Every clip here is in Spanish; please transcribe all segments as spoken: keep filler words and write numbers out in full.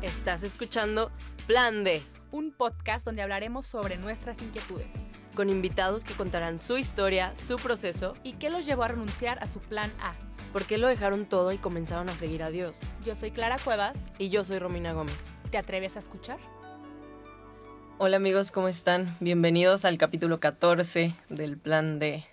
Estás escuchando Plan D, un podcast donde hablaremos sobre nuestras inquietudes, con invitados que contarán su historia, su proceso y qué los llevó a renunciar a su plan A. por qué lo dejaron todo y comenzaron a seguir a Dios. Yo soy Clara Cuevas. Y yo soy Romina Gómez. ¿Te atreves a escuchar? Hola amigos, ¿cómo están? Bienvenidos al capítulo catorce del Plan D.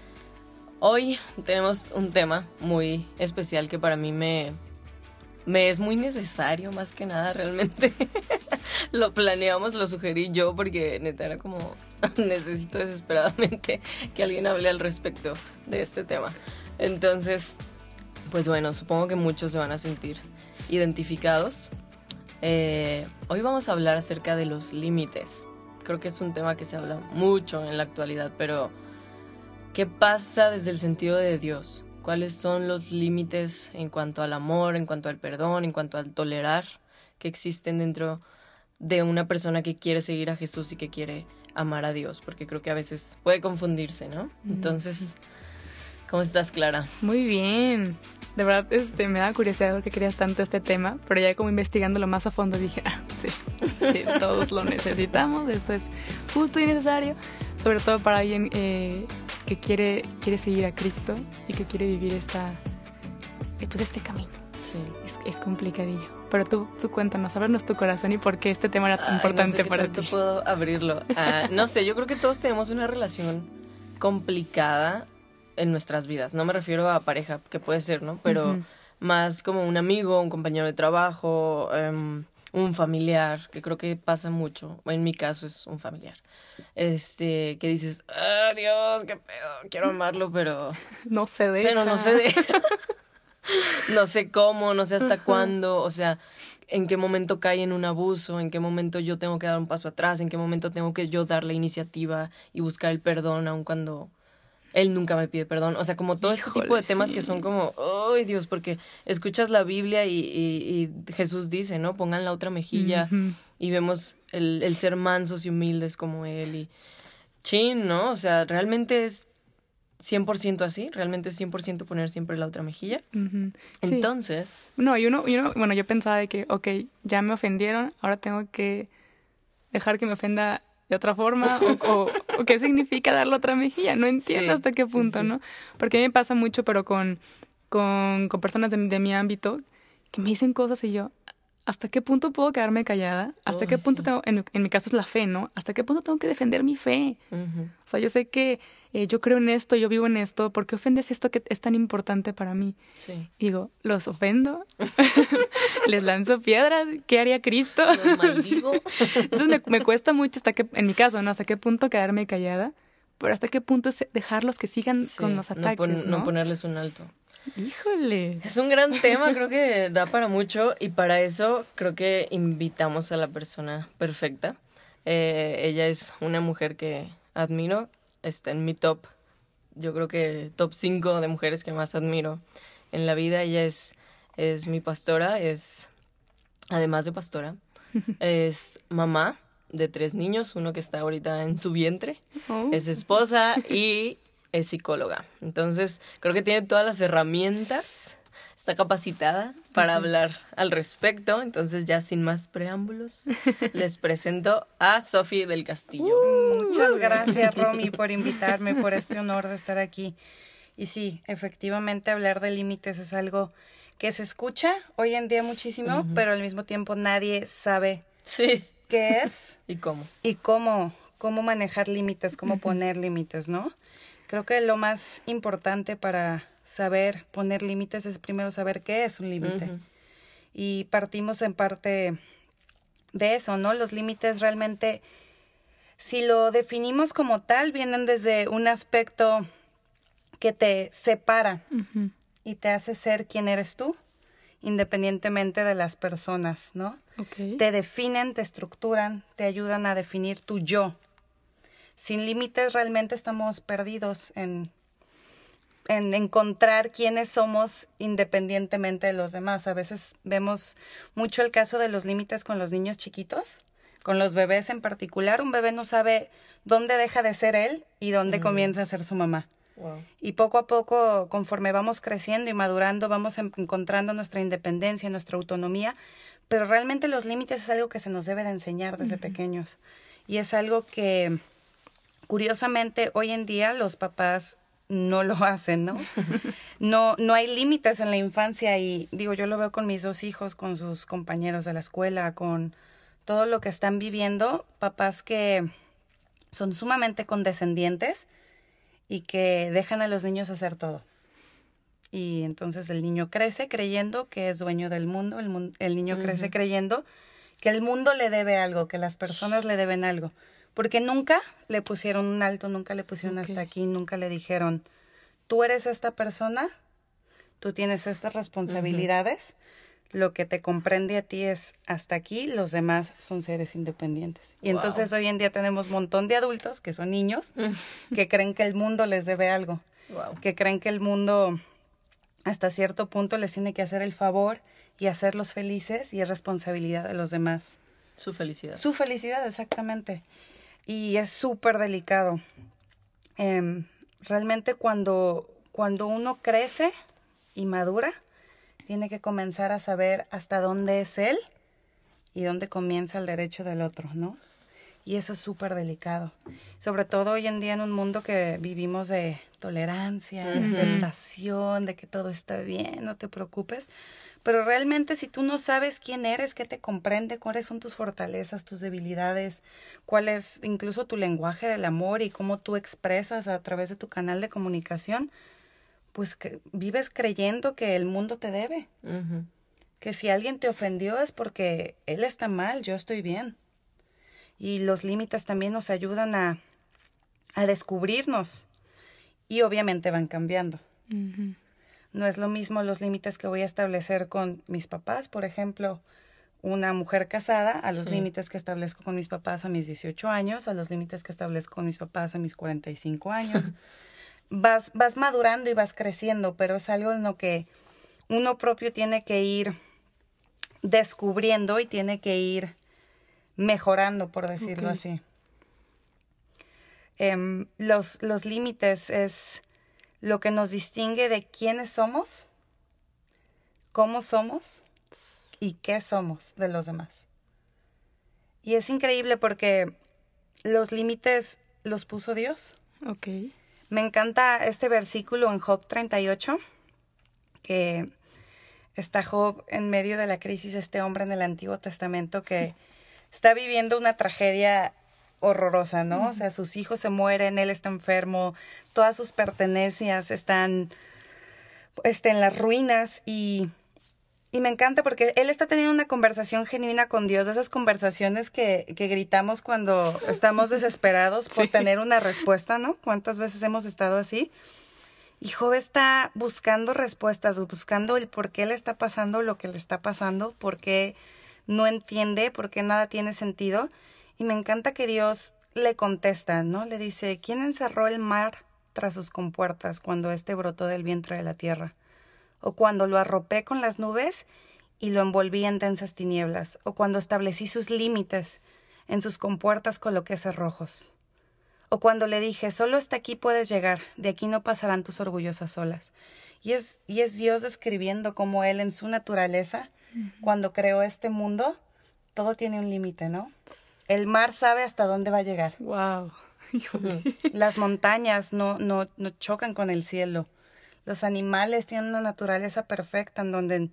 Hoy tenemos un tema muy especial que para mí me, me es muy necesario, más que nada realmente. Lo planeamos, lo sugerí yo porque neta era como necesito desesperadamente que alguien hable al respecto de este tema. Entonces, pues bueno, supongo que muchos se van a sentir identificados. Eh, hoy vamos a hablar acerca de los límites. Creo que es un tema que se habla mucho en la actualidad, pero ¿qué pasa desde el sentido de Dios? ¿Cuáles son los límites en cuanto al amor, en cuanto al perdón, en cuanto al tolerar que existen dentro de una persona que quiere seguir a Jesús y que quiere amar a Dios? Porque creo que a veces puede confundirse, ¿no? Entonces, ¿cómo estás, Clara? Muy bien. De verdad, este, me da curiosidad porque querías tanto este tema, pero ya como investigándolo más a fondo dije, ah, sí, sí, todos lo necesitamos, esto es justo y necesario, sobre todo para alguien eh, que quiere, quiere seguir a Cristo y que quiere vivir esta, eh, pues este camino. Sí. Es, es complicadillo, pero tú, tú cuéntanos, ábranos tu corazón y por qué este tema era tan Ay, importante no sé para qué ti. tanto puedo abrirlo. Ah, no sé, yo creo que todos tenemos una relación complicada en nuestras vidas. No me refiero a pareja, que puede ser, ¿no? Pero uh-huh. más como un amigo, un compañero de trabajo, um, un familiar, que creo que pasa mucho. En mi caso es un familiar. Este, que dices, ah, Dios, qué pedo, quiero amarlo, pero... no se deja. Pero no se deja. No sé cómo, no sé hasta uh-huh. cuándo, o sea, en qué momento cae en un abuso, en qué momento yo tengo que dar un paso atrás, en qué momento tengo que yo dar la iniciativa y buscar el perdón, aun cuando él nunca me pide perdón. O sea, como todo Híjole, este tipo de temas sí. que son como, ¡ay, Dios! Porque escuchas la Biblia y, y, y Jesús dice, ¿no? Pongan la otra mejilla uh-huh. y vemos el, el ser mansos y humildes como él y chin, ¿no? O sea, realmente es cien por ciento así, realmente es cien por ciento poner siempre la otra mejilla. Uh-huh. Entonces... Sí. No, y uno, y uno, bueno, yo pensaba de que, ok, ya me ofendieron, ahora tengo que dejar que me ofenda de otra forma, o, o, o qué significa darle otra mejilla. No entiendo sí, hasta qué punto, sí, sí. ¿no? Porque a mí me pasa mucho, pero con, con, con personas de, de mi ámbito, que me dicen cosas y yo, ¿hasta qué punto puedo quedarme callada? ¿Hasta oh, qué punto sí. tengo, en, en mi caso es la fe, ¿no? ¿Hasta qué punto tengo que defender mi fe? Uh-huh. O sea, yo sé que eh, yo creo en esto, yo vivo en esto, ¿por qué ofendes esto que es tan importante para mí? Sí. Y digo, ¿los ofendo? ¿Les lanzo piedras? ¿Qué haría Cristo? ¿Los maldigo? Entonces me, me cuesta mucho, hasta que, en mi caso, ¿no? ¿Hasta qué punto quedarme callada? Pero ¿hasta qué punto es dejarlos que sigan sí, con los ataques, no, pon, ¿no? no ponerles un alto. Híjole. Es un gran tema, creo que da para mucho y para eso creo que invitamos a la persona perfecta. Eh, ella es una mujer que admiro, está en mi top, yo creo que top cinco de mujeres que más admiro en la vida. Ella es, es mi pastora, es, además de pastora, es mamá de tres niños, uno que está ahorita en su vientre, oh. es esposa y... es psicóloga. Entonces, creo que tiene todas las herramientas, está capacitada para uh-huh. hablar al respecto. Entonces, ya sin más preámbulos, les presento a Sofi del Castillo. Uh, muchas gracias, Romy, por invitarme, por este honor de estar aquí. Y sí, efectivamente, hablar de límites es algo que se escucha hoy en día muchísimo, uh-huh. pero al mismo tiempo nadie sabe sí. qué es y cómo. Y cómo, cómo manejar límites, cómo uh-huh. poner límites, ¿no? Creo que lo más importante para saber poner límites es primero saber qué es un límite. Uh-huh. Y partimos en parte de eso, ¿no? Los límites realmente, si lo definimos como tal, vienen desde un aspecto que te separa uh-huh. y te hace ser quien eres tú, independientemente de las personas, ¿no? Okay. Te definen, te estructuran, te ayudan a definir tu yo. Sin límites realmente estamos perdidos en, en encontrar quiénes somos independientemente de los demás. A veces vemos mucho el caso de los límites con los niños chiquitos, con los bebés en particular. Un bebé no sabe dónde deja de ser él y dónde mm. comienza a ser su mamá. Wow. Y poco a poco, conforme vamos creciendo y madurando, vamos encontrando nuestra independencia, nuestra autonomía, pero realmente los límites es algo que se nos debe de enseñar desde uh-huh. pequeños. Y es algo que, curiosamente, hoy en día los papás no lo hacen, ¿no? No, no hay límites en la infancia y digo, yo lo veo con mis dos hijos, con sus compañeros de la escuela, con todo lo que están viviendo, papás que son sumamente condescendientes y que dejan a los niños hacer todo. Y entonces el niño crece creyendo que es dueño del mundo, el, mu- el niño uh-huh. crece creyendo que el mundo le debe algo, que las personas le deben algo. Porque nunca le pusieron un alto, nunca le pusieron okay. hasta aquí, nunca le dijeron, tú eres esta persona, tú tienes estas responsabilidades, uh-huh. lo que te comprende a ti es hasta aquí, los demás son seres independientes. Y wow. entonces hoy en día tenemos un montón de adultos que son niños, que creen que el mundo les debe algo, wow. que creen que el mundo hasta cierto punto les tiene que hacer el favor y hacerlos felices y es responsabilidad de los demás. Su felicidad. Su felicidad, exactamente. Y es súper delicado. Eh, realmente cuando, cuando uno crece y madura, tiene que comenzar a saber hasta dónde es él y dónde comienza el derecho del otro, ¿no? Y eso es súper delicado. Sobre todo hoy en día en un mundo que vivimos de tolerancia, uh-huh. de aceptación, de que todo está bien, no te preocupes. Pero realmente si tú no sabes quién eres, qué te comprende, cuáles son tus fortalezas, tus debilidades, cuál es incluso tu lenguaje del amor y cómo tú expresas a través de tu canal de comunicación, pues que vives creyendo que el mundo te debe. Uh-huh. Que si alguien te ofendió es porque él está mal, yo estoy bien. Y los límites también nos ayudan a, a descubrirnos. Y obviamente van cambiando. Uh-huh. No es lo mismo los límites que voy a establecer con mis papás, por ejemplo, una mujer casada, a los sí. límites que establezco con mis papás a mis dieciocho años, a los límites que establezco con mis papás a mis cuarenta y cinco años. vas, vas madurando y vas creciendo, pero es algo en lo que uno propio tiene que ir descubriendo y tiene que ir mejorando, por decirlo okay. así. Um, los, los límites es lo que nos distingue de quiénes somos, cómo somos y qué somos de los demás. Y es increíble porque los límites los puso Dios. Okay. Me encanta este versículo en Job treinta y ocho, que está Job en medio de la crisis, este hombre en el Antiguo Testamento que está viviendo una tragedia horrorosa, ¿no? Uh-huh. O sea, sus hijos se mueren, él está enfermo, todas sus pertenencias están este, en las ruinas y, y me encanta porque él está teniendo una conversación genuina con Dios, de esas conversaciones que, que gritamos cuando estamos desesperados por sí. tener una respuesta, ¿no? ¿Cuántas veces hemos estado así? Y Job está buscando respuestas, buscando el por qué le está pasando lo que le está pasando, por qué no entiende, por qué nada tiene sentido. Y me encanta que Dios le contesta, ¿no? Le dice, ¿quién encerró el mar tras sus compuertas cuando éste brotó del vientre de la tierra? O cuando lo arropé con las nubes y lo envolví en densas tinieblas. O cuando establecí sus límites, en sus compuertas coloqué cerrojos. O cuando le dije, solo hasta aquí puedes llegar, de aquí no pasarán tus orgullosas olas. Y es, y es Dios describiendo cómo Él en su naturaleza, uh-huh. cuando creó este mundo, todo tiene un límite, ¿no? El mar sabe hasta dónde va a llegar. Wow. Uh-huh. Las montañas no, no, no chocan con el cielo. Los animales tienen una naturaleza perfecta en donde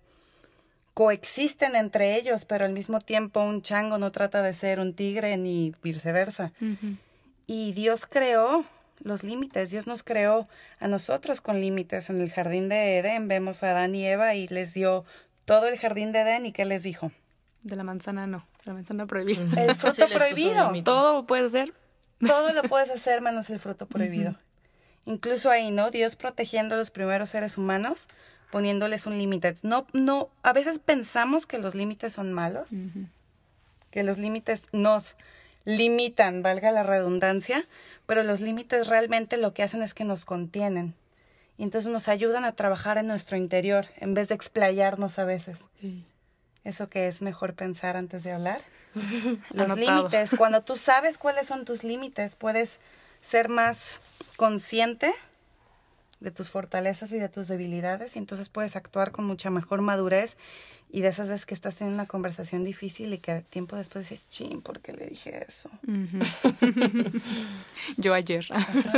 coexisten entre ellos, pero al mismo tiempo un chango no trata de ser un tigre ni viceversa. Uh-huh. Y Dios creó los límites. Dios nos creó a nosotros con límites. En el jardín de Edén vemos a Adán y Eva y les dio todo el jardín de Edén. ¿Y qué les dijo? De la manzana no, de la manzana prohibida. El fruto sí, prohibido. Todo puedes hacer. Todo lo puedes hacer menos el fruto prohibido. Uh-huh. Incluso ahí, ¿no? Dios protegiendo a los primeros seres humanos, poniéndoles un límite. No, no, a veces pensamos que los límites son malos, uh-huh. que los límites nos limitan, valga la redundancia, pero los límites realmente lo que hacen es que nos contienen. Y entonces nos ayudan a trabajar en nuestro interior, en vez de explayarnos a veces. Okay. Eso que es mejor pensar antes de hablar. Los Anotado. Límites, cuando tú sabes cuáles son tus límites, puedes ser más consciente de tus fortalezas y de tus debilidades y entonces puedes actuar con mucha mejor madurez Y de esas veces que estás teniendo una conversación difícil y que tiempo después dices, chin, ¿por qué le dije eso? Uh-huh. Yo ayer.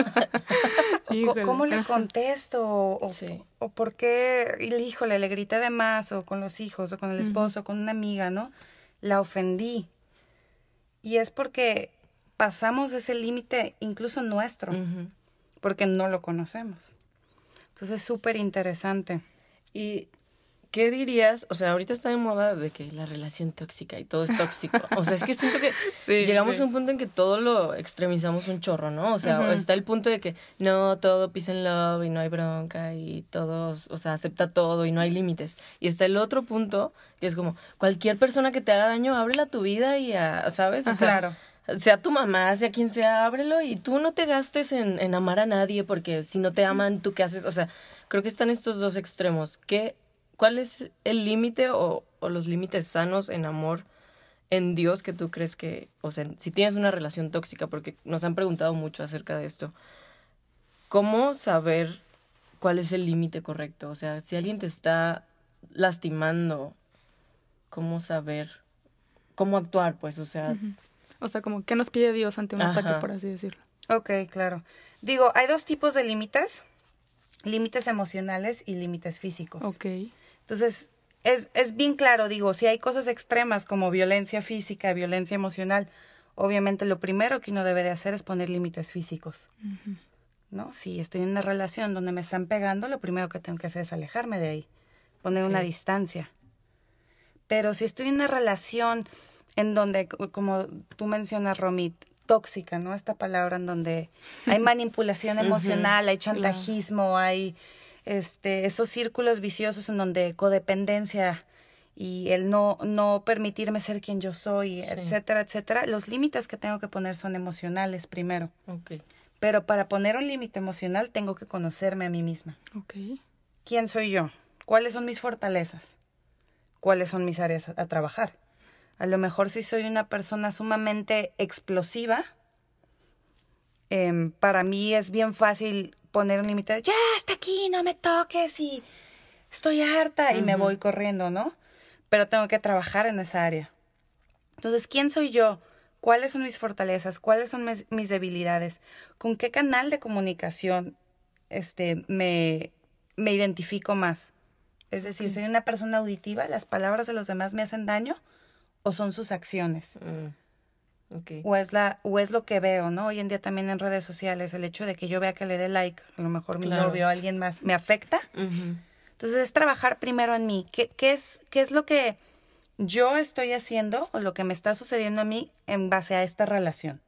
¿Cómo le contesto? O, sí. o por qué, híjole, le grité de más, o con los hijos, o con el esposo, uh-huh. o con una amiga, ¿no? La ofendí. Y es porque pasamos ese límite incluso nuestro, uh-huh. porque no lo conocemos. Entonces es súper interesante. Y ¿qué dirías? O sea, ahorita está de moda de que la relación tóxica y todo es tóxico. O sea, es que siento que sí, llegamos sí. a un punto en que todo lo extremizamos un chorro, ¿no? O sea, uh-huh. está el punto de que no, todo peace and love y no hay bronca y todo, o sea, acepta todo y no hay límites. Y está el otro punto que es como, cualquier persona que te haga daño, ábrela a tu vida y a, ¿sabes? O sea, claro. sea tu mamá, sea quien sea, ábrelo y tú no te gastes en, en amar a nadie porque si no te aman, ¿tú qué haces? O sea, creo que están estos dos extremos. ¿Qué, ¿Cuál es el límite o, o los límites sanos en amor en Dios que tú crees que, o sea, si tienes una relación tóxica, porque nos han preguntado mucho acerca de esto, ¿cómo saber cuál es el límite correcto? O sea, si alguien te está lastimando, ¿cómo saber? ¿Cómo actuar, pues? O sea... Uh-huh. O sea, como, ¿qué nos pide Dios ante un Ajá. ataque, por así decirlo? Ok, claro. Digo, hay dos tipos de límites. Límites emocionales y límites físicos. Ok. Entonces, es, es bien claro, digo, si hay cosas extremas como violencia física, violencia emocional, obviamente lo primero que uno debe de hacer es poner límites físicos. Uh-huh. ¿No? Si estoy en una relación donde me están pegando, lo primero que tengo que hacer es alejarme de ahí, poner okay. una distancia. Pero si estoy en una relación en donde, como tú mencionas, Romy, tóxica, ¿no? Esta palabra en donde hay manipulación emocional, uh-huh, hay chantajismo, claro. hay este, esos círculos viciosos en donde codependencia y el no, no permitirme ser quien yo soy, sí. etcétera, etcétera. Los límites que tengo que poner son emocionales primero. Okay. Pero para poner un límite emocional tengo que conocerme a mí misma. Okay. ¿Quién soy yo? ¿Cuáles son mis fortalezas? ¿Cuáles son mis áreas a, a trabajar? A lo mejor si soy una persona sumamente explosiva, eh, para mí es bien fácil poner un límite de, ya, hasta aquí, no me toques y estoy harta uh-huh. y me voy corriendo, ¿no? Pero tengo que trabajar en esa área. Entonces, ¿quién soy yo? ¿Cuáles son mis fortalezas? ¿Cuáles son mis, mis debilidades? ¿Con qué canal de comunicación este, me, me identifico más? Es decir, okay. ¿soy una persona auditiva? ¿Las palabras de los demás me hacen daño? ¿O son sus acciones? Mm. Okay. O es la, o es lo que veo, ¿no? Hoy en día también en redes sociales, el hecho de que yo vea que le dé like, a lo mejor mi claro. novio o alguien más, me afecta. Uh-huh. Entonces es trabajar primero en mí. ¿Qué, qué, es, ¿Qué es lo que yo estoy haciendo o lo que me está sucediendo a mí en base a esta relación?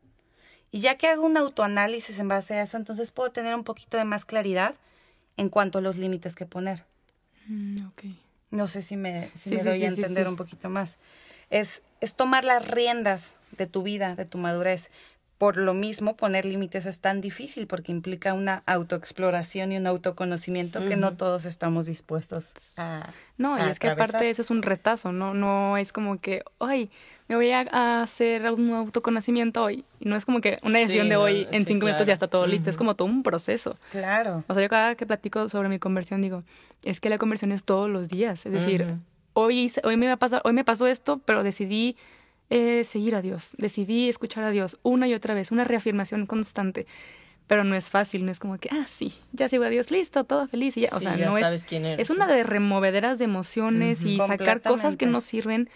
Y ya que hago un autoanálisis en base a eso, entonces puedo tener un poquito de más claridad en cuanto a los límites que poner. Mm, okay. No sé si me, si sí, me sí, doy sí, a entender sí, sí. un poquito más. Es, es tomar las riendas de tu vida, de tu madurez. Por lo mismo, poner límites es tan difícil porque implica una autoexploración y un autoconocimiento uh-huh. que no todos estamos dispuestos a No, y a es que atravesar. aparte eso es un retazo, ¿no? No es como que, ay, me voy a, a hacer un autoconocimiento hoy. Y no es como que una decisión sí, de no, hoy en sí, cinco claro. minutos ya está todo listo. Uh-huh. Es como todo un proceso. Claro. O sea, yo cada que platico sobre mi conversión digo, es que la conversión es todos los días. Es decir, Uh-huh. hoy, hice, hoy, me va a pasar, hoy me pasó esto, pero decidí eh, seguir a Dios. Decidí escuchar a Dios una y otra vez. Una reafirmación constante. Pero no es fácil, no es como que, ah, sí, ya sigo a Dios, listo, todo feliz y ya. Sí, o sea, ya no sabes es... quién eres, es una ¿no? de removederas de emociones uh-huh. y sacar cosas que no sirven.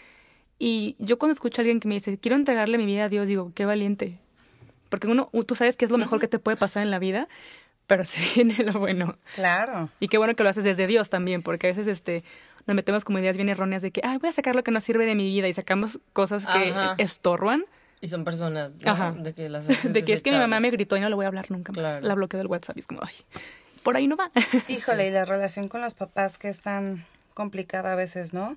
Y yo cuando escucho a alguien que me dice, quiero entregarle mi vida a Dios, digo, qué valiente. Porque uno, tú sabes que es lo mejor uh-huh. que te puede pasar en la vida, pero se viene lo bueno. Claro. Y qué bueno que lo haces desde Dios también, porque a veces este nos metemos como ideas bien erróneas de que, ay, voy a sacar lo que no sirve de mi vida y sacamos cosas que Ajá. estorban. Y son personas, ¿no? Ajá. De que las de que es que mi mamá me gritó y no le voy a hablar nunca más. Claro. La bloqueo del WhatsApp y es como, ay, por ahí no va. Híjole, y la relación con los papás que es tan complicada a veces, ¿no?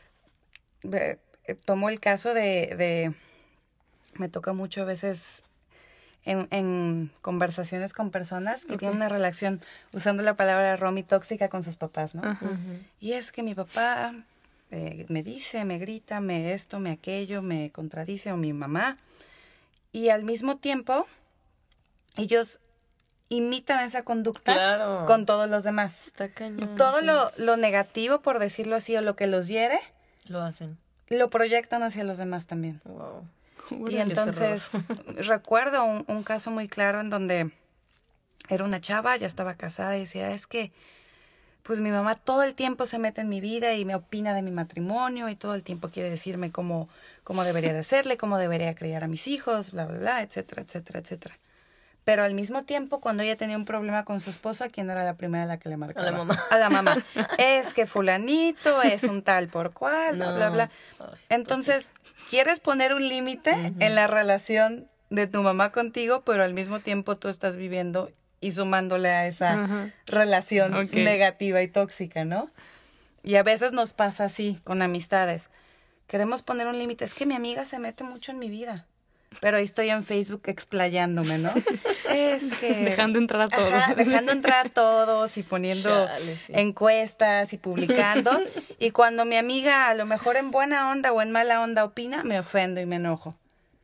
Eh, tomo el caso de, de... Me toca mucho a veces en, en conversaciones con personas que okay. tienen una relación, usando la palabra Romy, tóxica con sus papás, ¿no? Uh-huh. Y es que mi papá eh, me dice, me grita, me esto, me aquello, me contradice, o mi mamá. Y al mismo tiempo, ellos imitan esa conducta claro. con todos los demás. Está cañón. Todo lo, lo negativo, por decirlo así, o lo que los hiere, Lo hacen. Lo proyectan hacia los demás también. Wow. Y entonces recuerdo un, un caso muy claro en donde era una chava, ya estaba casada y decía, es que pues mi mamá todo el tiempo se mete en mi vida y me opina de mi matrimonio y todo el tiempo quiere decirme cómo, cómo debería de hacerle, cómo debería criar a mis hijos, bla, bla, bla, etcétera, etcétera, etcétera. Pero al mismo tiempo, cuando ella tenía un problema con su esposo, ¿a quién era la primera a la que le marcaba? A la mamá. A la mamá. Es que fulanito es un tal por cual, No. bla, bla, bla. Ay, Entonces, ¿quieres poner un límite uh-huh. en la relación de tu mamá contigo, pero al mismo tiempo tú estás viviendo y sumándole a esa Ajá. relación Okay. negativa y tóxica, ¿no? Y a veces nos pasa así con amistades. Queremos poner un límite. Es que mi amiga se mete mucho en mi vida. Pero ahí estoy en Facebook explayándome, ¿no? Es que... Dejando entrar a todos. Ajá, dejando entrar a todos y poniendo Chale, sí. encuestas y publicando. Y cuando mi amiga a lo mejor en buena onda o en mala onda opina, me ofendo y me enojo.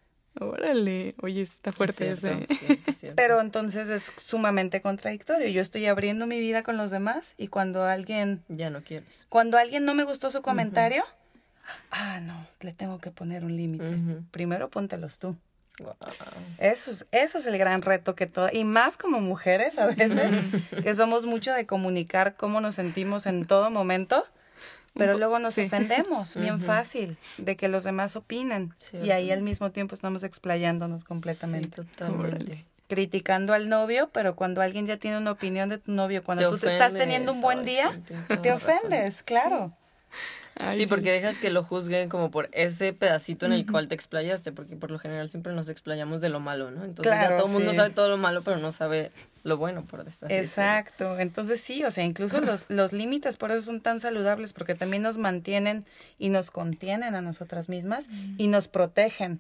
Órale, oye, está fuerte Es cierto, ese. cierto, cierto. Pero entonces es sumamente contradictorio. Yo estoy abriendo mi vida con los demás y cuando alguien... Ya no quieres. Cuando alguien no me gustó su comentario... Uh-huh. Ah, no, le tengo que poner un límite. Uh-huh. Primero póntelos tú. Wow. Eso es, eso es el gran reto que todo, y más como mujeres a veces, que somos mucho de comunicar cómo nos sentimos en todo momento, pero luego nos sí. ofendemos bien uh-huh. fácil de que los demás opinen. Sí, y ahí al mismo tiempo estamos explayándonos completamente. Sí, totalmente. Criticando al novio, pero cuando alguien ya tiene una opinión de tu novio, cuando te tú ofendes, te estás teniendo un buen ay, día, sí, te ofendes, razón. Claro. Ay, sí, sí, porque dejas que lo juzguen como por ese pedacito en el uh-huh. cual te explayaste, porque por lo general siempre nos explayamos de lo malo, ¿no? Entonces claro, ya todo el mundo sí. sabe todo lo malo, pero no sabe lo bueno, por esta Exacto, sí. Entonces sí, o sea, incluso los, los límites por eso son tan saludables, porque también nos mantienen y nos contienen a nosotras mismas uh-huh. y nos protegen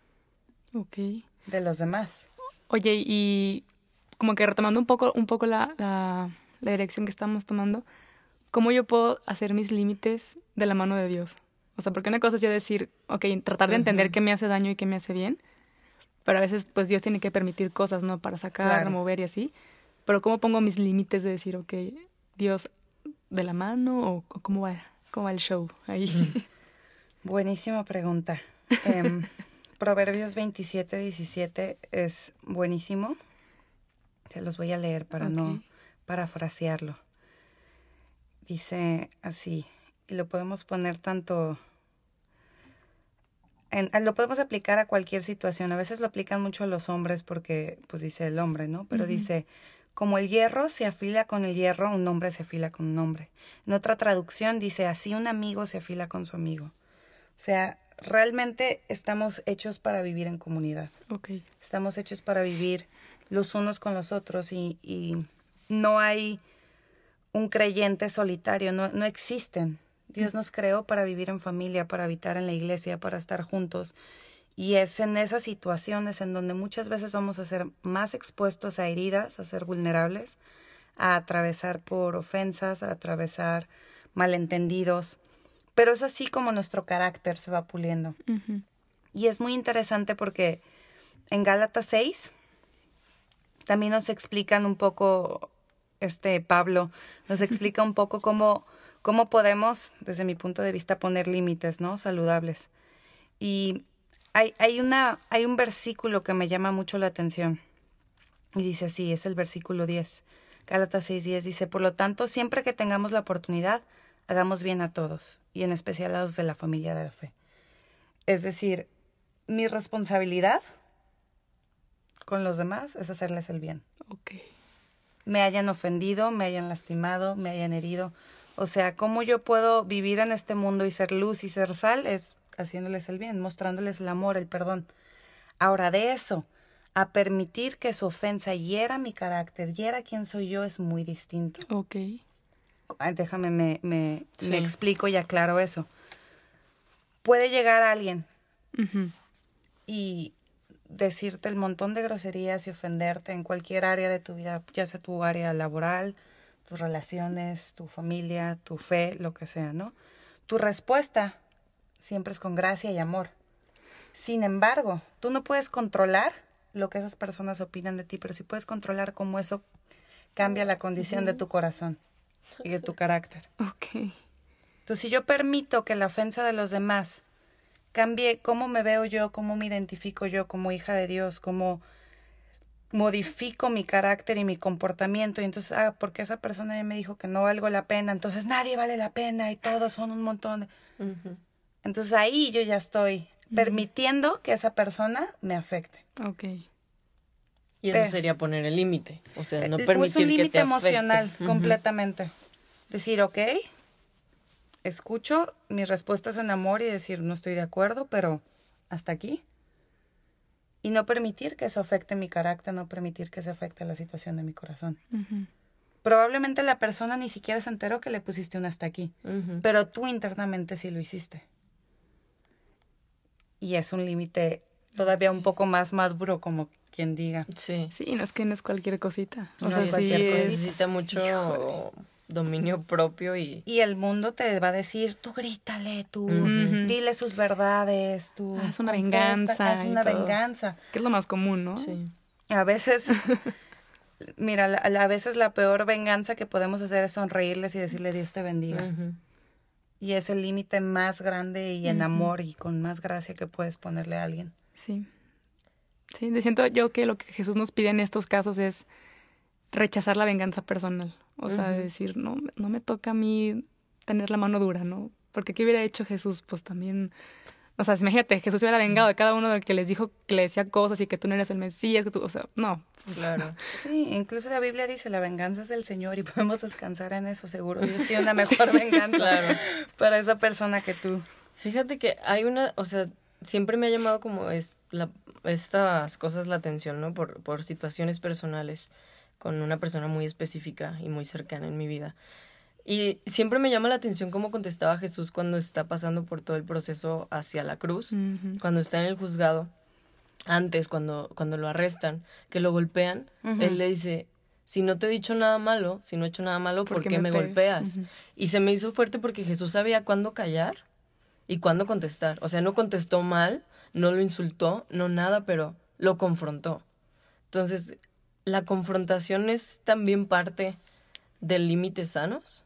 okay. de los demás. Oye, y como que retomando un poco, un poco la, la, la dirección que estamos tomando, ¿cómo yo puedo hacer mis límites de la mano de Dios? O sea, porque una cosa es yo decir, ok, tratar de entender uh-huh. qué me hace daño y qué me hace bien, pero a veces pues Dios tiene que permitir cosas, ¿no? Para sacar, claro. mover y así. Pero ¿cómo pongo mis límites de decir, ok, Dios, de la mano o, o cómo va, cómo va el show ahí? Mm. Buenísima pregunta. Eh, Proverbios veintisiete, diecisiete es buenísimo. Se los voy a leer para okay. no parafrasearlo. Dice así, y lo podemos poner tanto, en, lo podemos aplicar a cualquier situación. A veces lo aplican mucho a los hombres porque, pues dice el hombre, ¿no? Pero uh-huh. dice, como el hierro se afila con el hierro, un hombre se afila con un hombre. En otra traducción dice, así un amigo se afila con su amigo. O sea, realmente estamos hechos para vivir en comunidad. Okay. Estamos hechos para vivir los unos con los otros y, y no hay... un creyente solitario, no, no existen. Dios nos creó para vivir en familia, para habitar en la iglesia, para estar juntos. Y es en esas situaciones en donde muchas veces vamos a ser más expuestos a heridas, a ser vulnerables, a atravesar por ofensas, a atravesar malentendidos. Pero es así como nuestro carácter se va puliendo. Uh-huh. Y es muy interesante porque en Gálatas seis también nos explican un poco... Este Pablo nos explica un poco cómo, cómo podemos, desde mi punto de vista, poner límites, ¿no? Saludables. Y hay, hay, una, hay un versículo que me llama mucho la atención. Y dice así, es el versículo diez. Gálatas seis diez dice, por lo tanto, siempre que tengamos la oportunidad, hagamos bien a todos, y en especial a los de la familia de la fe. Es decir, mi responsabilidad con los demás es hacerles el bien. Okay. Me hayan ofendido, me hayan lastimado, me hayan herido. O sea, cómo yo puedo vivir en este mundo y ser luz y ser sal es haciéndoles el bien, mostrándoles el amor, el perdón. Ahora, de eso, a permitir que su ofensa hiera mi carácter, hiera quién soy yo, es muy distinto. Ok. Déjame, me, me, sí. me explico y aclaro eso. Puede llegar alguien uh-huh. y... decirte el montón de groserías y ofenderte en cualquier área de tu vida, ya sea tu área laboral, tus relaciones, tu familia, tu fe, lo que sea, ¿no? Tu respuesta siempre es con gracia y amor. Sin embargo, tú no puedes controlar lo que esas personas opinan de ti, pero sí puedes controlar cómo eso cambia la condición de tu corazón y de tu carácter. Ok. Entonces, si yo permito que la ofensa de los demás cambie cómo me veo yo, cómo me identifico yo como hija de Dios, cómo modifico mi carácter y mi comportamiento, y entonces, ah, porque esa persona ya me dijo que no valgo la pena, entonces nadie vale la pena y todos son un montón de... Uh-huh. Entonces ahí yo ya estoy uh-huh. permitiendo que esa persona me afecte. Ok. Y eso eh, sería poner el límite, o sea, no permitir pues un límite que te emocional, afecte. Completamente. Uh-huh. Decir, ok, escucho mis respuestas en amor y decir, no estoy de acuerdo, pero hasta aquí. Y no permitir que eso afecte mi carácter, no permitir que se afecte la situación de mi corazón. Uh-huh. Probablemente la persona ni siquiera se enteró que le pusiste un hasta aquí, uh-huh. pero tú internamente sí lo hiciste. Y es un límite todavía un poco más maduro, como quien diga. Sí, sí, no es que no es cualquier cosita. O no sea, es cualquier sí cosita. Necesita mucho Híjole. dominio propio y... Y el mundo te va a decir, tú grítale, tú uh-huh. dile sus verdades, tú... Haz una venganza. Haz una venganza. Que es lo más común, ¿no? Sí. A veces, mira, a, a veces la peor venganza que podemos hacer es sonreírles y decirle Dios te bendiga. Uh-huh. Y es el límite más grande y en uh-huh. amor y con más gracia que puedes ponerle a alguien. Sí. Sí, siento yo que lo que Jesús nos pide en estos casos es rechazar la venganza personal. O sea, uh-huh. decir, no, no me toca a mí tener la mano dura, ¿no? Porque ¿qué hubiera hecho Jesús? Pues también, o sea, imagínate, Jesús se hubiera vengado de cada uno del que les dijo, que le decía cosas y que tú no eres el Mesías, que tú, o sea, no. Pues, claro. Sí, incluso la Biblia dice, la venganza es del Señor y podemos descansar en eso, seguro. Dios tiene una mejor venganza claro. para esa persona que tú. Fíjate que hay una, o sea, siempre me ha llamado como es la, estas cosas la atención, ¿no? Por, por situaciones personales con una persona muy específica y muy cercana en mi vida. Y siempre me llama la atención cómo contestaba Jesús cuando está pasando por todo el proceso hacia la cruz, uh-huh. cuando está en el juzgado, antes, cuando, cuando lo arrestan, que lo golpean, uh-huh. él le dice, si no te he dicho nada malo, si no he hecho nada malo, ¿por, ¿por qué me, me golpeas? Uh-huh. Y se me hizo fuerte porque Jesús sabía cuándo callar y cuándo contestar. O sea, no contestó mal, no lo insultó, no nada, pero lo confrontó. Entonces, ¿la confrontación es también parte del límites sanos?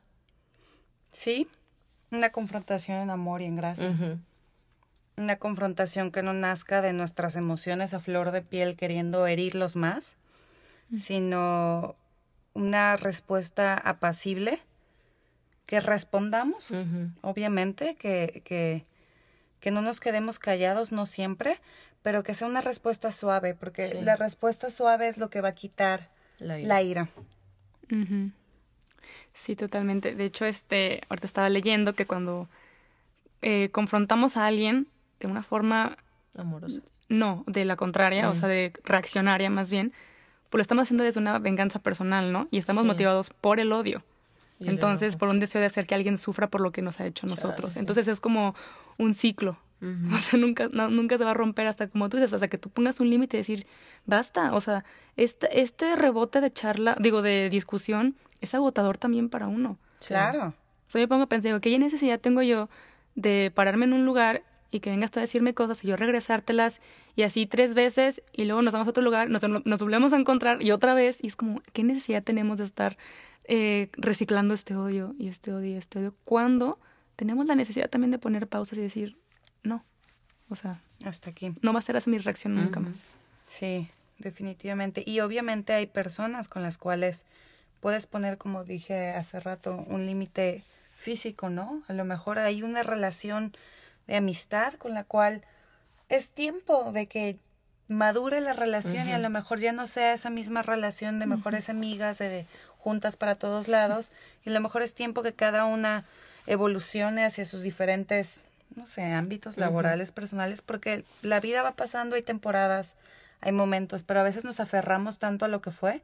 Sí, una confrontación en amor y en gracia. Uh-huh. Una confrontación que no nazca de nuestras emociones a flor de piel queriendo herirlos más, uh-huh. sino una respuesta apacible, que respondamos, uh-huh. obviamente, que, que, que no nos quedemos callados, no siempre, pero que sea una respuesta suave, porque sí. la respuesta suave es lo que va a quitar la ira. La ira. Uh-huh. Sí, totalmente. De hecho, este, ahorita estaba leyendo que cuando eh, confrontamos a alguien de una forma... amorosa. No, de la contraria, uh-huh. o sea, de reaccionaria más bien, pues lo estamos haciendo desde una venganza personal, ¿no? Y estamos sí. motivados por el odio. Y Entonces, por un deseo de hacer que alguien sufra por lo que nos ha hecho nosotros. Chale, Entonces, sí. es como un ciclo. Uh-huh. O sea, nunca, no, nunca se va a romper hasta, como tú dices, hasta que tú pongas un límite y decir, basta. O sea, este, este rebote de charla, digo, de discusión, es agotador también para uno. Claro. O sea, yo pongo a pensar, ¿qué necesidad tengo yo de pararme en un lugar y que vengas tú a decirme cosas y yo regresártelas y así tres veces y luego nos vamos a otro lugar, nos, nos volvemos a encontrar y otra vez? Y es como, ¿qué necesidad tenemos de estar eh, reciclando este odio y este odio y este odio? Cuando tenemos la necesidad también de poner pausas y decir, no, o sea, hasta aquí. No va a ser así mi reacción uh-huh. nunca más. Sí, definitivamente. Y obviamente hay personas con las cuales puedes poner, como dije hace rato, un límite físico, ¿no? A lo mejor hay una relación de amistad con la cual es tiempo de que madure la relación uh-huh. y a lo mejor ya no sea esa misma relación de mejores uh-huh. amigas, de juntas para todos lados, y a lo mejor es tiempo que cada una evolucione hacia sus diferentes, no sé, ámbitos laborales, uh-huh. personales, porque la vida va pasando, hay temporadas, hay momentos, pero a veces nos aferramos tanto a lo que fue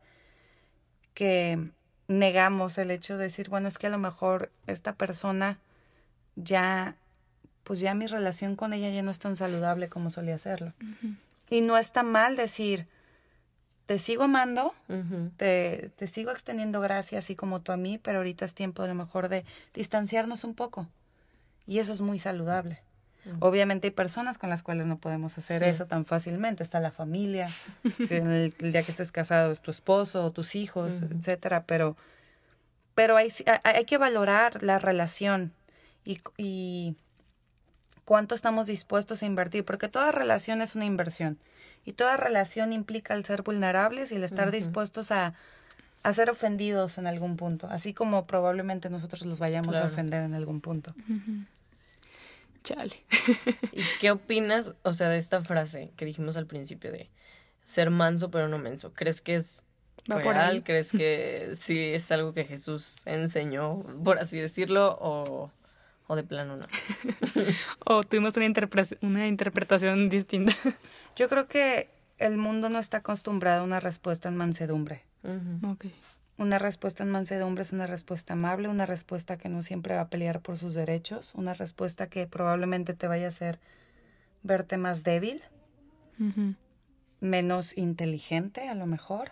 que negamos el hecho de decir, bueno, es que a lo mejor esta persona ya, pues ya mi relación con ella ya no es tan saludable como solía serlo. Uh-huh. Y no está mal decir, te sigo amando, uh-huh. te, te sigo extendiendo gracia así como tú a mí, pero ahorita es tiempo a lo mejor de distanciarnos un poco. Y eso es muy saludable. Uh-huh. Obviamente hay personas con las cuales no podemos hacer sí. eso tan fácilmente. Está la familia, si el, el día que estés casado es tu esposo o tus hijos, uh-huh. etcétera. Pero, pero hay, hay que valorar la relación y, y cuánto estamos dispuestos a invertir, porque toda relación es una inversión y toda relación implica el ser vulnerables y el estar uh-huh. dispuestos a, a ser ofendidos en algún punto, así como probablemente nosotros los vayamos claro. a ofender en algún punto. Uh-huh. Chale. ¿Y qué opinas, o sea, de esta frase que dijimos al principio de ser manso pero no menso? ¿Crees que es real? ¿Crees que sí es algo que Jesús enseñó, por así decirlo, o, o de plano no? O tuvimos una, interpre- una interpretación distinta. Yo creo que el mundo no está acostumbrado a una respuesta en mansedumbre. Uh-huh. Okay. Una respuesta en mansedumbre es una respuesta amable, una respuesta que no siempre va a pelear por sus derechos, una respuesta que probablemente te vaya a hacer verte más débil, uh-huh. menos inteligente a lo mejor,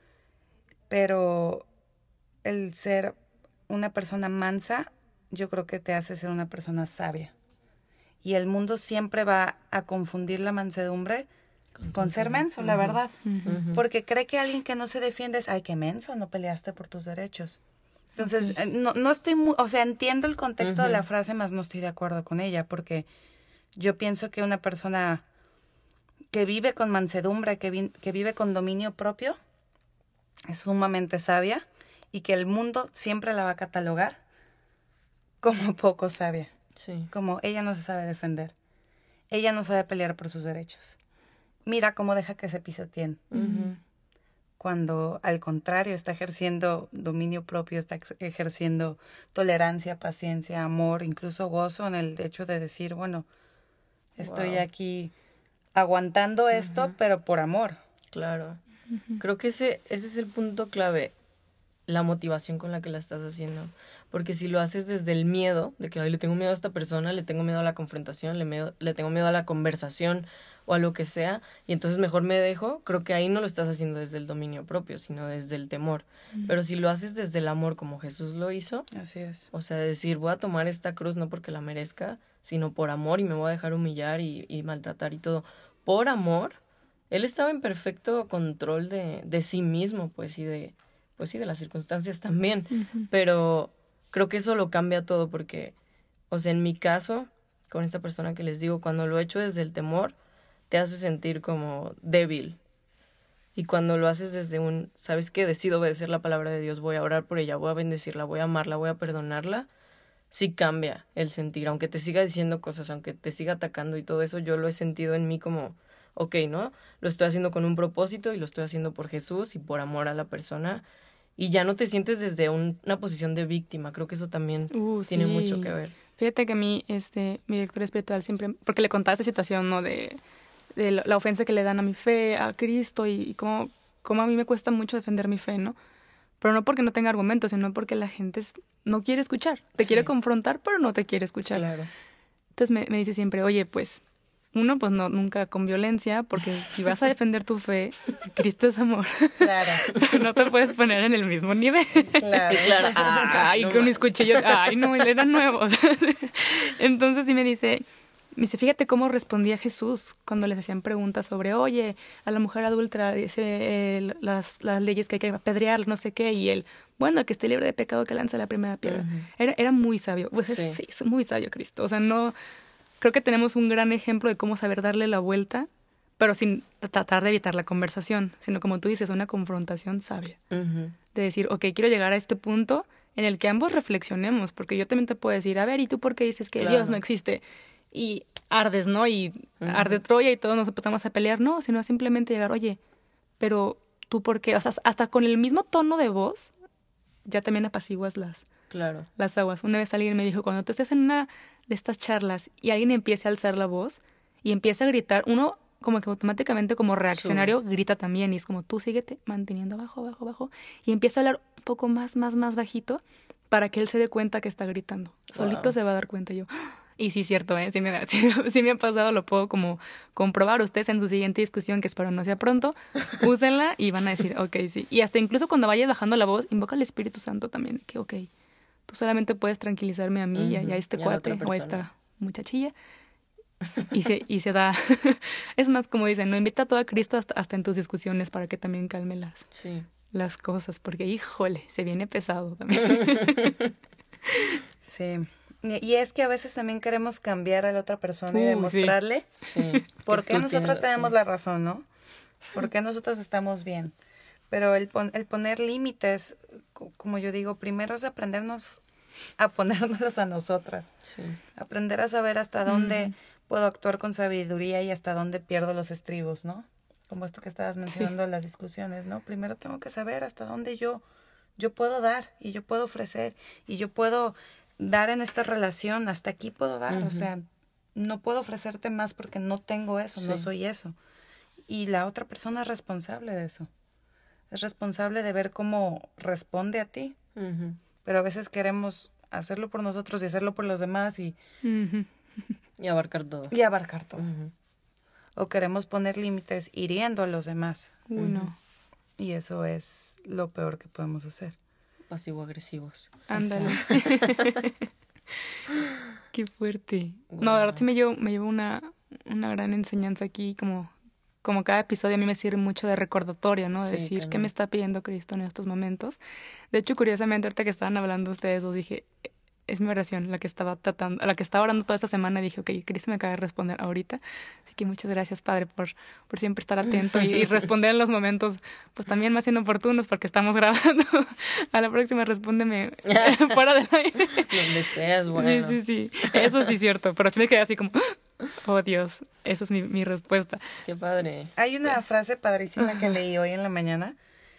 pero el ser una persona mansa yo creo que te hace ser una persona sabia. Y el mundo siempre va a confundir la mansedumbre con, con ser menso, uh-huh. la verdad. Uh-huh. Porque cree que alguien que no se defiende es, ay, qué menso, no peleaste por tus derechos. Entonces, okay. no, no estoy muy, o sea, entiendo el contexto uh-huh. de la frase, mas no estoy de acuerdo con ella, porque yo pienso que una persona que vive con mansedumbre, que, vi, que vive con dominio propio, es sumamente sabia y que el mundo siempre la va a catalogar como poco sabia. Sí. Como ella no se sabe defender. Ella no sabe pelear por sus derechos. Mira cómo deja que se pisoteen. Uh-huh. Cuando al contrario está ejerciendo dominio propio, está ex- ejerciendo tolerancia, paciencia, amor, incluso gozo en el hecho de decir, bueno, estoy wow. aquí aguantando uh-huh. esto, pero por amor. Claro. Uh-huh. Creo que ese, ese es el punto clave, la motivación con la que la estás haciendo. Porque si lo haces desde el miedo, de que ay, le tengo miedo a esta persona, le tengo miedo a la confrontación, le, miedo, le tengo miedo a la conversación o a lo que sea, y entonces mejor me dejo, creo que ahí no lo estás haciendo desde el dominio propio, sino desde el temor. Mm. Pero si lo haces desde el amor, como Jesús lo hizo, así es. O sea, decir, voy a tomar esta cruz no porque la merezca, sino por amor y me voy a dejar humillar y, y maltratar y todo. Por amor, él estaba en perfecto control de, de sí mismo, pues, y de, pues sí, de las circunstancias también. Uh-huh. Pero creo que eso lo cambia todo porque, o sea, en mi caso, con esta persona que les digo, cuando lo he hecho desde el temor, te hace sentir como débil. Y cuando lo haces desde un, ¿sabes qué? Decido obedecer la palabra de Dios, voy a orar por ella, voy a bendecirla, voy a amarla, voy a perdonarla, sí cambia el sentir. Aunque te siga diciendo cosas, aunque te siga atacando y todo eso, yo lo he sentido en mí como, ok, ¿no? Lo estoy haciendo con un propósito y lo estoy haciendo por Jesús y por amor a la persona. Y ya no te sientes desde un, una posición de víctima. Creo que eso también uh, tiene sí. mucho que ver. Fíjate que a mí, este, mi director espiritual siempre, porque le contaba esta situación, ¿no? De, de la ofensa que le dan a mi fe, a Cristo, y, y cómo, cómo a mí me cuesta mucho defender mi fe, ¿no? Pero no porque no tenga argumentos, sino porque la gente no quiere escuchar. Te sí. quiere confrontar, pero no te quiere escuchar. Claro. Entonces me, me dice siempre, oye, pues, uno, pues no, nunca con violencia, porque si vas a defender tu fe, Cristo es amor. Claro. No te puedes poner en el mismo nivel. Claro. Claro. Ah, ay, no con más. mis cuchillos, ay, no, él era nuevo. Entonces sí me dice, me dice, fíjate cómo respondía Jesús cuando les hacían preguntas sobre, oye, a la mujer adúltera dice eh, las, las leyes que hay que apedrear, no sé qué, y él, bueno, el que esté libre de pecado que lance la primera piedra. Uh-huh. Era, era muy sabio, pues sí. es, sí, es muy sabio Cristo, o sea, no... Creo que tenemos un gran ejemplo de cómo saber darle la vuelta, pero sin tratar de evitar la conversación, sino como tú dices, una confrontación sabia. Uh-huh. De decir, ok, quiero llegar a este punto en el que ambos reflexionemos, porque yo también te puedo decir, a ver, ¿y tú por qué dices que claro. Dios no existe? Y ardes, ¿no? Y uh-huh. arde Troya y todos nos empezamos a pelear, no, sino simplemente llegar, oye, pero ¿tú por qué? O sea, hasta con el mismo tono de voz, ya también apaciguas las... Claro. Las aguas. Una vez alguien me dijo, cuando tú estés en una de estas charlas y alguien empiece a alzar la voz y empieza a gritar, uno como que automáticamente como reaccionario sí. grita también y es como tú síguete manteniendo abajo, abajo, abajo y empieza a hablar un poco más, más, más bajito para que él se dé cuenta que está gritando. Wow. Solito se va a dar cuenta. Yo, y sí, cierto, ¿eh? Sí me, sí, sí me ha pasado, lo puedo como comprobar. Ustedes en su siguiente discusión, que espero no sea pronto, úsenla y van a decir, ok, sí. Y hasta incluso cuando vayas bajando la voz, invoca al Espíritu Santo también, que ok, tú solamente puedes tranquilizarme a mí uh-huh. y, a, y a este y cuate a o a esta muchachilla. Y se, y se da... Es más, como dicen, no invita a todo a Cristo hasta, hasta en tus discusiones para que también calme las, sí. las cosas. Porque, híjole, se viene pesado también. Sí. Y, y es que a veces también queremos cambiar a la otra persona y Uh, demostrarle Sí. por Que qué tú nosotros tienes tenemos razón. la razón, ¿no? Por qué nosotros estamos bien. Pero el, pon- el poner límites, co- como yo digo, primero es aprendernos a ponérnoslos a nosotras. Sí. Aprender a saber hasta dónde puedo actuar con sabiduría y hasta dónde pierdo los estribos, ¿no? Como esto que estabas mencionando en las discusiones, ¿no? Primero tengo que saber hasta dónde yo, yo puedo dar y yo puedo ofrecer y yo puedo dar en esta relación, hasta aquí puedo dar, Ujú. o sea, no puedo ofrecerte más porque no tengo eso, no Sí. soy eso. Y la otra persona es responsable de eso. Es responsable de ver cómo responde a ti. Ujú. Pero a veces queremos hacerlo por nosotros y hacerlo por los demás y, Ujú. Y abarcar todo. y abarcar todo. Ujú. O queremos poner límites hiriendo a los demás. Uy, no. Y eso es lo peor que podemos hacer. Pasivo-agresivos. Ándale. Qué fuerte. Wow. No, de verdad sí me llevo, me llevo una, una gran enseñanza aquí, como, como cada episodio a mí me sirve mucho de recordatorio, ¿no? De Sí, decir qué cañón. me está pidiendo Cristo en estos momentos. De hecho, curiosamente, ahorita que estaban hablando ustedes dos, dije, es mi oración, la que estaba tratando, la que estaba orando toda esta semana, y dije, ok, Cristo me acaba de responder ahorita. Así que muchas gracias, Padre, por, por siempre estar atento y, y responder en los momentos, pues también más inoportunos, porque estamos grabando. A la próxima respóndeme fuera del aire. Donde seas, bueno. Sí, sí, sí. Eso sí es cierto, pero sí me quedé así como, oh Dios, esa es mi, mi respuesta. Qué padre. Hay una frase padrísima que leí hoy en la mañana.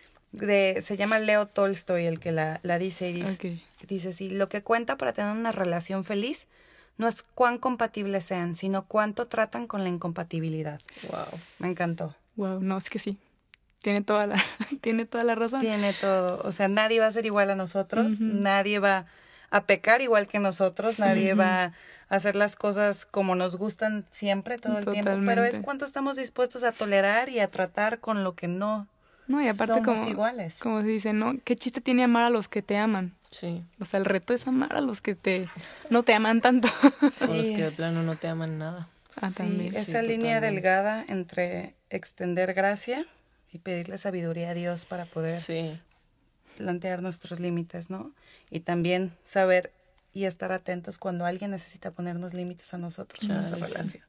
De, se llama Leo Tolstoy el que la, la dice y dice, Ok. dice así, lo que cuenta para tener una relación feliz no es cuán compatibles sean, sino cuánto tratan con la incompatibilidad. Wow. Me encantó. Wow, no, es que sí. Tiene toda la, tiene toda la razón. Tiene todo. O sea, nadie va a ser igual a nosotros, Ujú. nadie va a pecar igual que nosotros, nadie Ujú. va a hacer las cosas como nos gustan siempre, todo el tiempo. Pero es Totalmente. cuánto estamos dispuestos a tolerar y a tratar con lo que no No, y aparte somos como, iguales. como se dice, ¿no? ¿Qué chiste tiene amar a los que te aman? Sí. O sea, el reto es amar a los que te no te aman tanto. O los que de es- plano no te aman nada. Ah, sí, también. esa Sí, línea totalmente. delgada entre extender gracia y pedirle sabiduría a Dios para poder Sí. plantear nuestros límites, ¿no? Y también saber y estar atentos cuando alguien necesita ponernos límites a nosotros en esa Chale, sí. relación.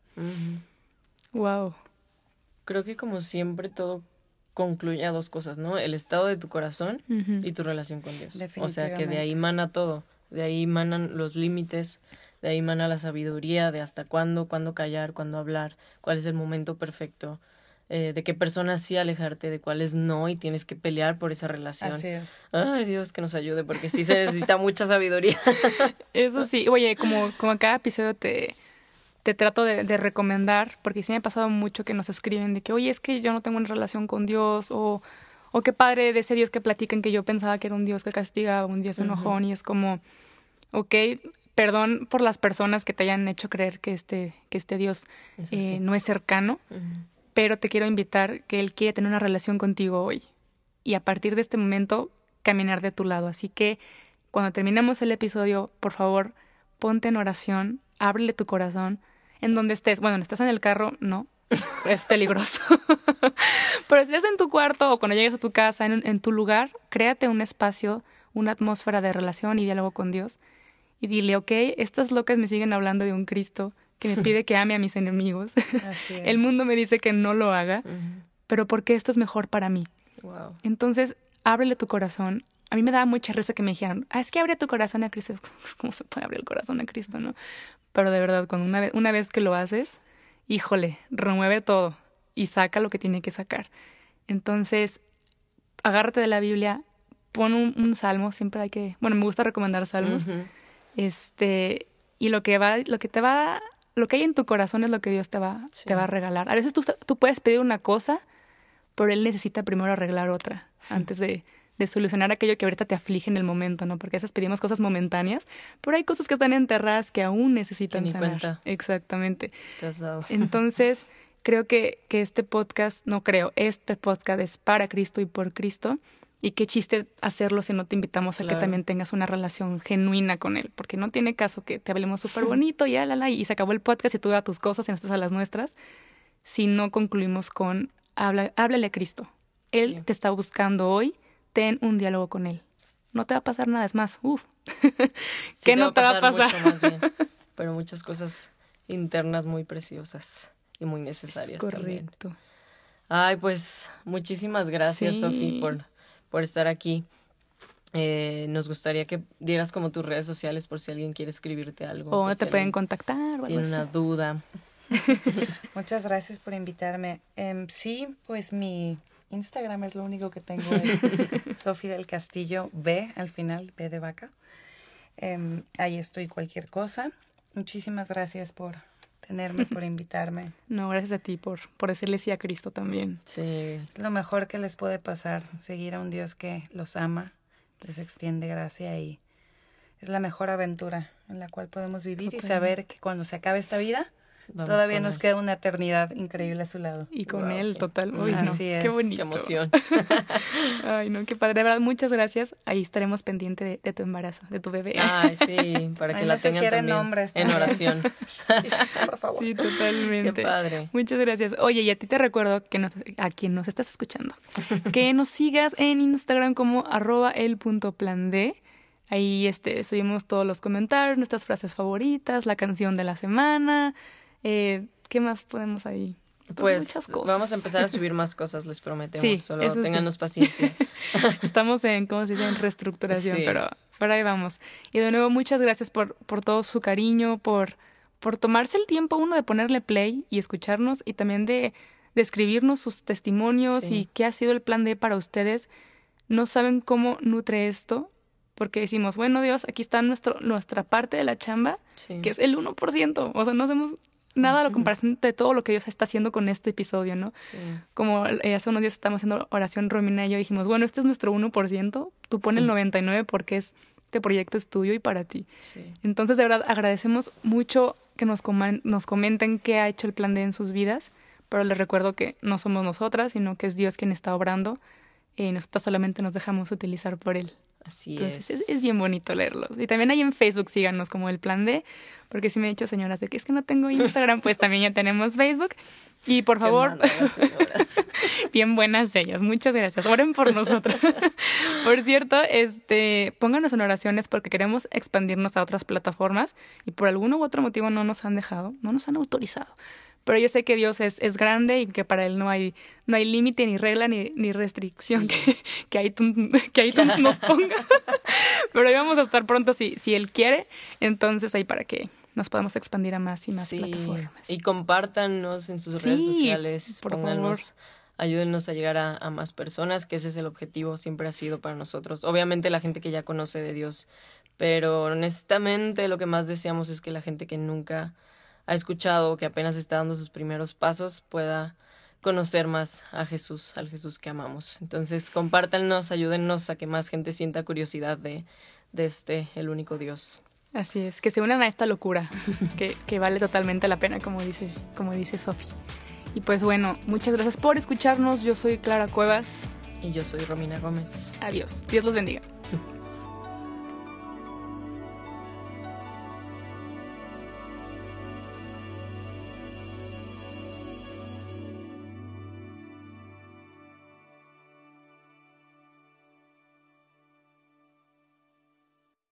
Ujú. Wow. Creo que como siempre todo concluye a dos cosas, ¿no? El estado de tu corazón Ujú. y tu relación con Dios. O sea, que de Definitivamente. ahí mana todo. De ahí manan los límites, de ahí mana la sabiduría, de hasta cuándo, cuándo callar, cuándo hablar, cuál es el momento perfecto, eh, de qué personas sí alejarte, de cuáles no, y tienes que pelear por esa relación. Así es. Ay, Dios, que nos ayude, porque sí se necesita mucha sabiduría. Eso sí, oye, como, como cada episodio te, te trato de, de recomendar, porque sí me ha pasado mucho que nos escriben de que, oye, es que yo no tengo una relación con Dios, o, o qué padre de ese Dios que platican que yo pensaba que era un Dios que castigaba, un Dios enojón, y es como, ok, perdón por las personas que te hayan hecho creer que este, que este Dios Es eh, así. no es cercano, Ujú. pero te quiero invitar que Él quiere tener una relación contigo hoy. Y a partir de este momento, caminar de tu lado. Así que cuando terminemos el episodio, por favor, ponte en oración, ábrele tu corazón, en donde estés. Bueno, estás en el carro, no, es peligroso. Pero si estás en tu cuarto o cuando llegues a tu casa, en, en tu lugar, créate un espacio, una atmósfera de relación y diálogo con Dios. Y dile, ok, estas locas me siguen hablando de un Cristo que me pide que ame a mis enemigos. Así es. El mundo me dice que no lo haga, Ujú. pero porque esto es mejor para mí. Wow. Entonces, ábrele tu corazón. A mí me daba mucha risa que me dijeran, ah, es que abre tu corazón a Cristo. ¿Cómo se puede abrir el corazón a Cristo, no? Pero de verdad, cuando una vez, una vez que lo haces, híjole, remueve todo y saca lo que tiene que sacar. Entonces, agárrate de la Biblia, pon un, un salmo, siempre hay que, bueno, me gusta recomendar salmos. Ujú. Este, y lo que va, lo que te va, lo que hay en tu corazón es lo que Dios te va, Sí. te va a regalar. A veces tú, tú puedes pedir una cosa, pero Él necesita primero arreglar otra antes de, de solucionar aquello que ahorita te aflige en el momento, ¿no? Porque a veces pedimos cosas momentáneas, pero hay cosas que están enterradas que aún necesitan Que ni sanar. cuenta. Exactamente. Te has dado. Entonces, creo que, que este podcast, no creo, este podcast es para Cristo y por Cristo. Y qué chiste hacerlo si no te invitamos a Claro. que también tengas una relación genuina con Él. Porque no tiene caso que te hablemos súper bonito y, ala, ala, y se acabó el podcast y tú a tus cosas y nosotros a las nuestras. Si no concluimos con, habla, háblale a Cristo. Él Sí. te está buscando hoy, ten un diálogo con Él. no te va a pasar nada. Es más, uff, Sí ¿qué no te va a pasar? Mucho más bien, pero muchas cosas internas muy preciosas y muy necesarias. Es correcto. También. Ay, pues muchísimas gracias, Sí. Sofi, por, por estar aquí. Eh, nos gustaría que dieras como tus redes sociales por si alguien quiere escribirte algo. O por te si pueden alguien contactar o algo tiene así. una duda. Muchas gracias por invitarme. Em, sí, pues mi Instagram es lo único que tengo. Es Sofi del Castillo B al final, B de vaca. Em, ahí estoy cualquier cosa. Muchísimas gracias por tenerme, por invitarme. No, gracias a ti por, por decirle sí a Cristo también. Sí, Es lo mejor que les puede pasar, seguir a un Dios que los ama, les extiende gracia y es la mejor aventura en la cual podemos vivir y saber que cuando se acabe esta vida, vamos todavía con nos él. queda una eternidad increíble a su lado. Y con Wow, él, sí. total. Uy, no, Así es. qué bonito. Qué emoción. Ay, no, qué padre. De verdad, muchas gracias. Ahí estaremos pendientes de, de tu embarazo, de tu bebé. Ay, sí, para que Ay, la me tengan sugieren también nombres en también. oración. Sí, por favor. Sí, totalmente. Qué padre. Muchas gracias. Oye, y a ti te recuerdo que nos, a quien nos estás escuchando, que nos sigas en Instagram como arroba el punto plan D. Ahí este, subimos todos los comentarios, nuestras frases favoritas, la canción de la semana. Eh, ¿Qué más podemos ahí? Pues, Pues muchas cosas. vamos a empezar a subir más cosas, les prometemos. Sí, Solo eso sí. téngannos paciencia. Estamos en, ¿cómo se dice? En reestructuración, Sí. pero, pero ahí vamos. Y de nuevo, muchas gracias por, por todo su cariño, por, por tomarse el tiempo uno de ponerle play y escucharnos y también de, de escribirnos sus testimonios Sí. y qué ha sido el plan D para ustedes. No saben cómo nutre esto, porque decimos, bueno, Dios, aquí está nuestro, nuestra parte de la chamba, Sí. que es el uno por ciento. O sea, no hacemos nada a la comparación de todo lo que Dios está haciendo con este episodio, ¿no? Sí. Como eh, hace unos días estábamos haciendo oración Romina y yo dijimos, bueno, este es nuestro uno por ciento, tú pon el noventa y nueve por ciento porque es, este proyecto es tuyo y para ti. Sí. Entonces, de verdad, agradecemos mucho que nos, coman, nos comenten qué ha hecho el plan D en sus vidas, pero les recuerdo que no somos nosotras, sino que es Dios quien está obrando y nosotras solamente nos dejamos utilizar por Él. Así Entonces es. es, es bien bonito leerlos. Y también ahí en Facebook síganos como el plan D, porque si me he dicho señoras de que es que no tengo Instagram, pues también ya tenemos Facebook. Y por Qué favor, mala, las señoras. bien buenas ellas, muchas gracias. Oren por nosotros. Por cierto, este, pónganos en oraciones porque queremos expandirnos a otras plataformas y por algún u otro motivo no nos han dejado, no nos han autorizado. Pero yo sé que Dios es, es grande y que para Él no hay no hay límite, ni regla, ni, ni restricción Sí. que, que ahí que ahí nos ponga. Pero ahí vamos a estar pronto si, si Él quiere. Entonces ahí para que nos podamos expandir a más y más Sí. plataformas. Y compártanos en sus Sí, redes sociales. por Pónganos, ayúdennos a llegar a, a más personas, que ese es el objetivo, siempre ha sido para nosotros. Obviamente la gente que ya conoce de Dios, pero honestamente lo que más deseamos es que la gente que nunca ha escuchado, que apenas está dando sus primeros pasos, pueda conocer más a Jesús, al Jesús que amamos. Entonces, compártanos, ayúdennos a que más gente sienta curiosidad de, de este, el único Dios. Así es, que se unan a esta locura, que, que vale totalmente la pena, como dice, como dice Sofi. Y pues bueno, muchas gracias por escucharnos. Yo soy Clara Cuevas. Y yo soy Romina Gómez. Adiós. Dios los bendiga.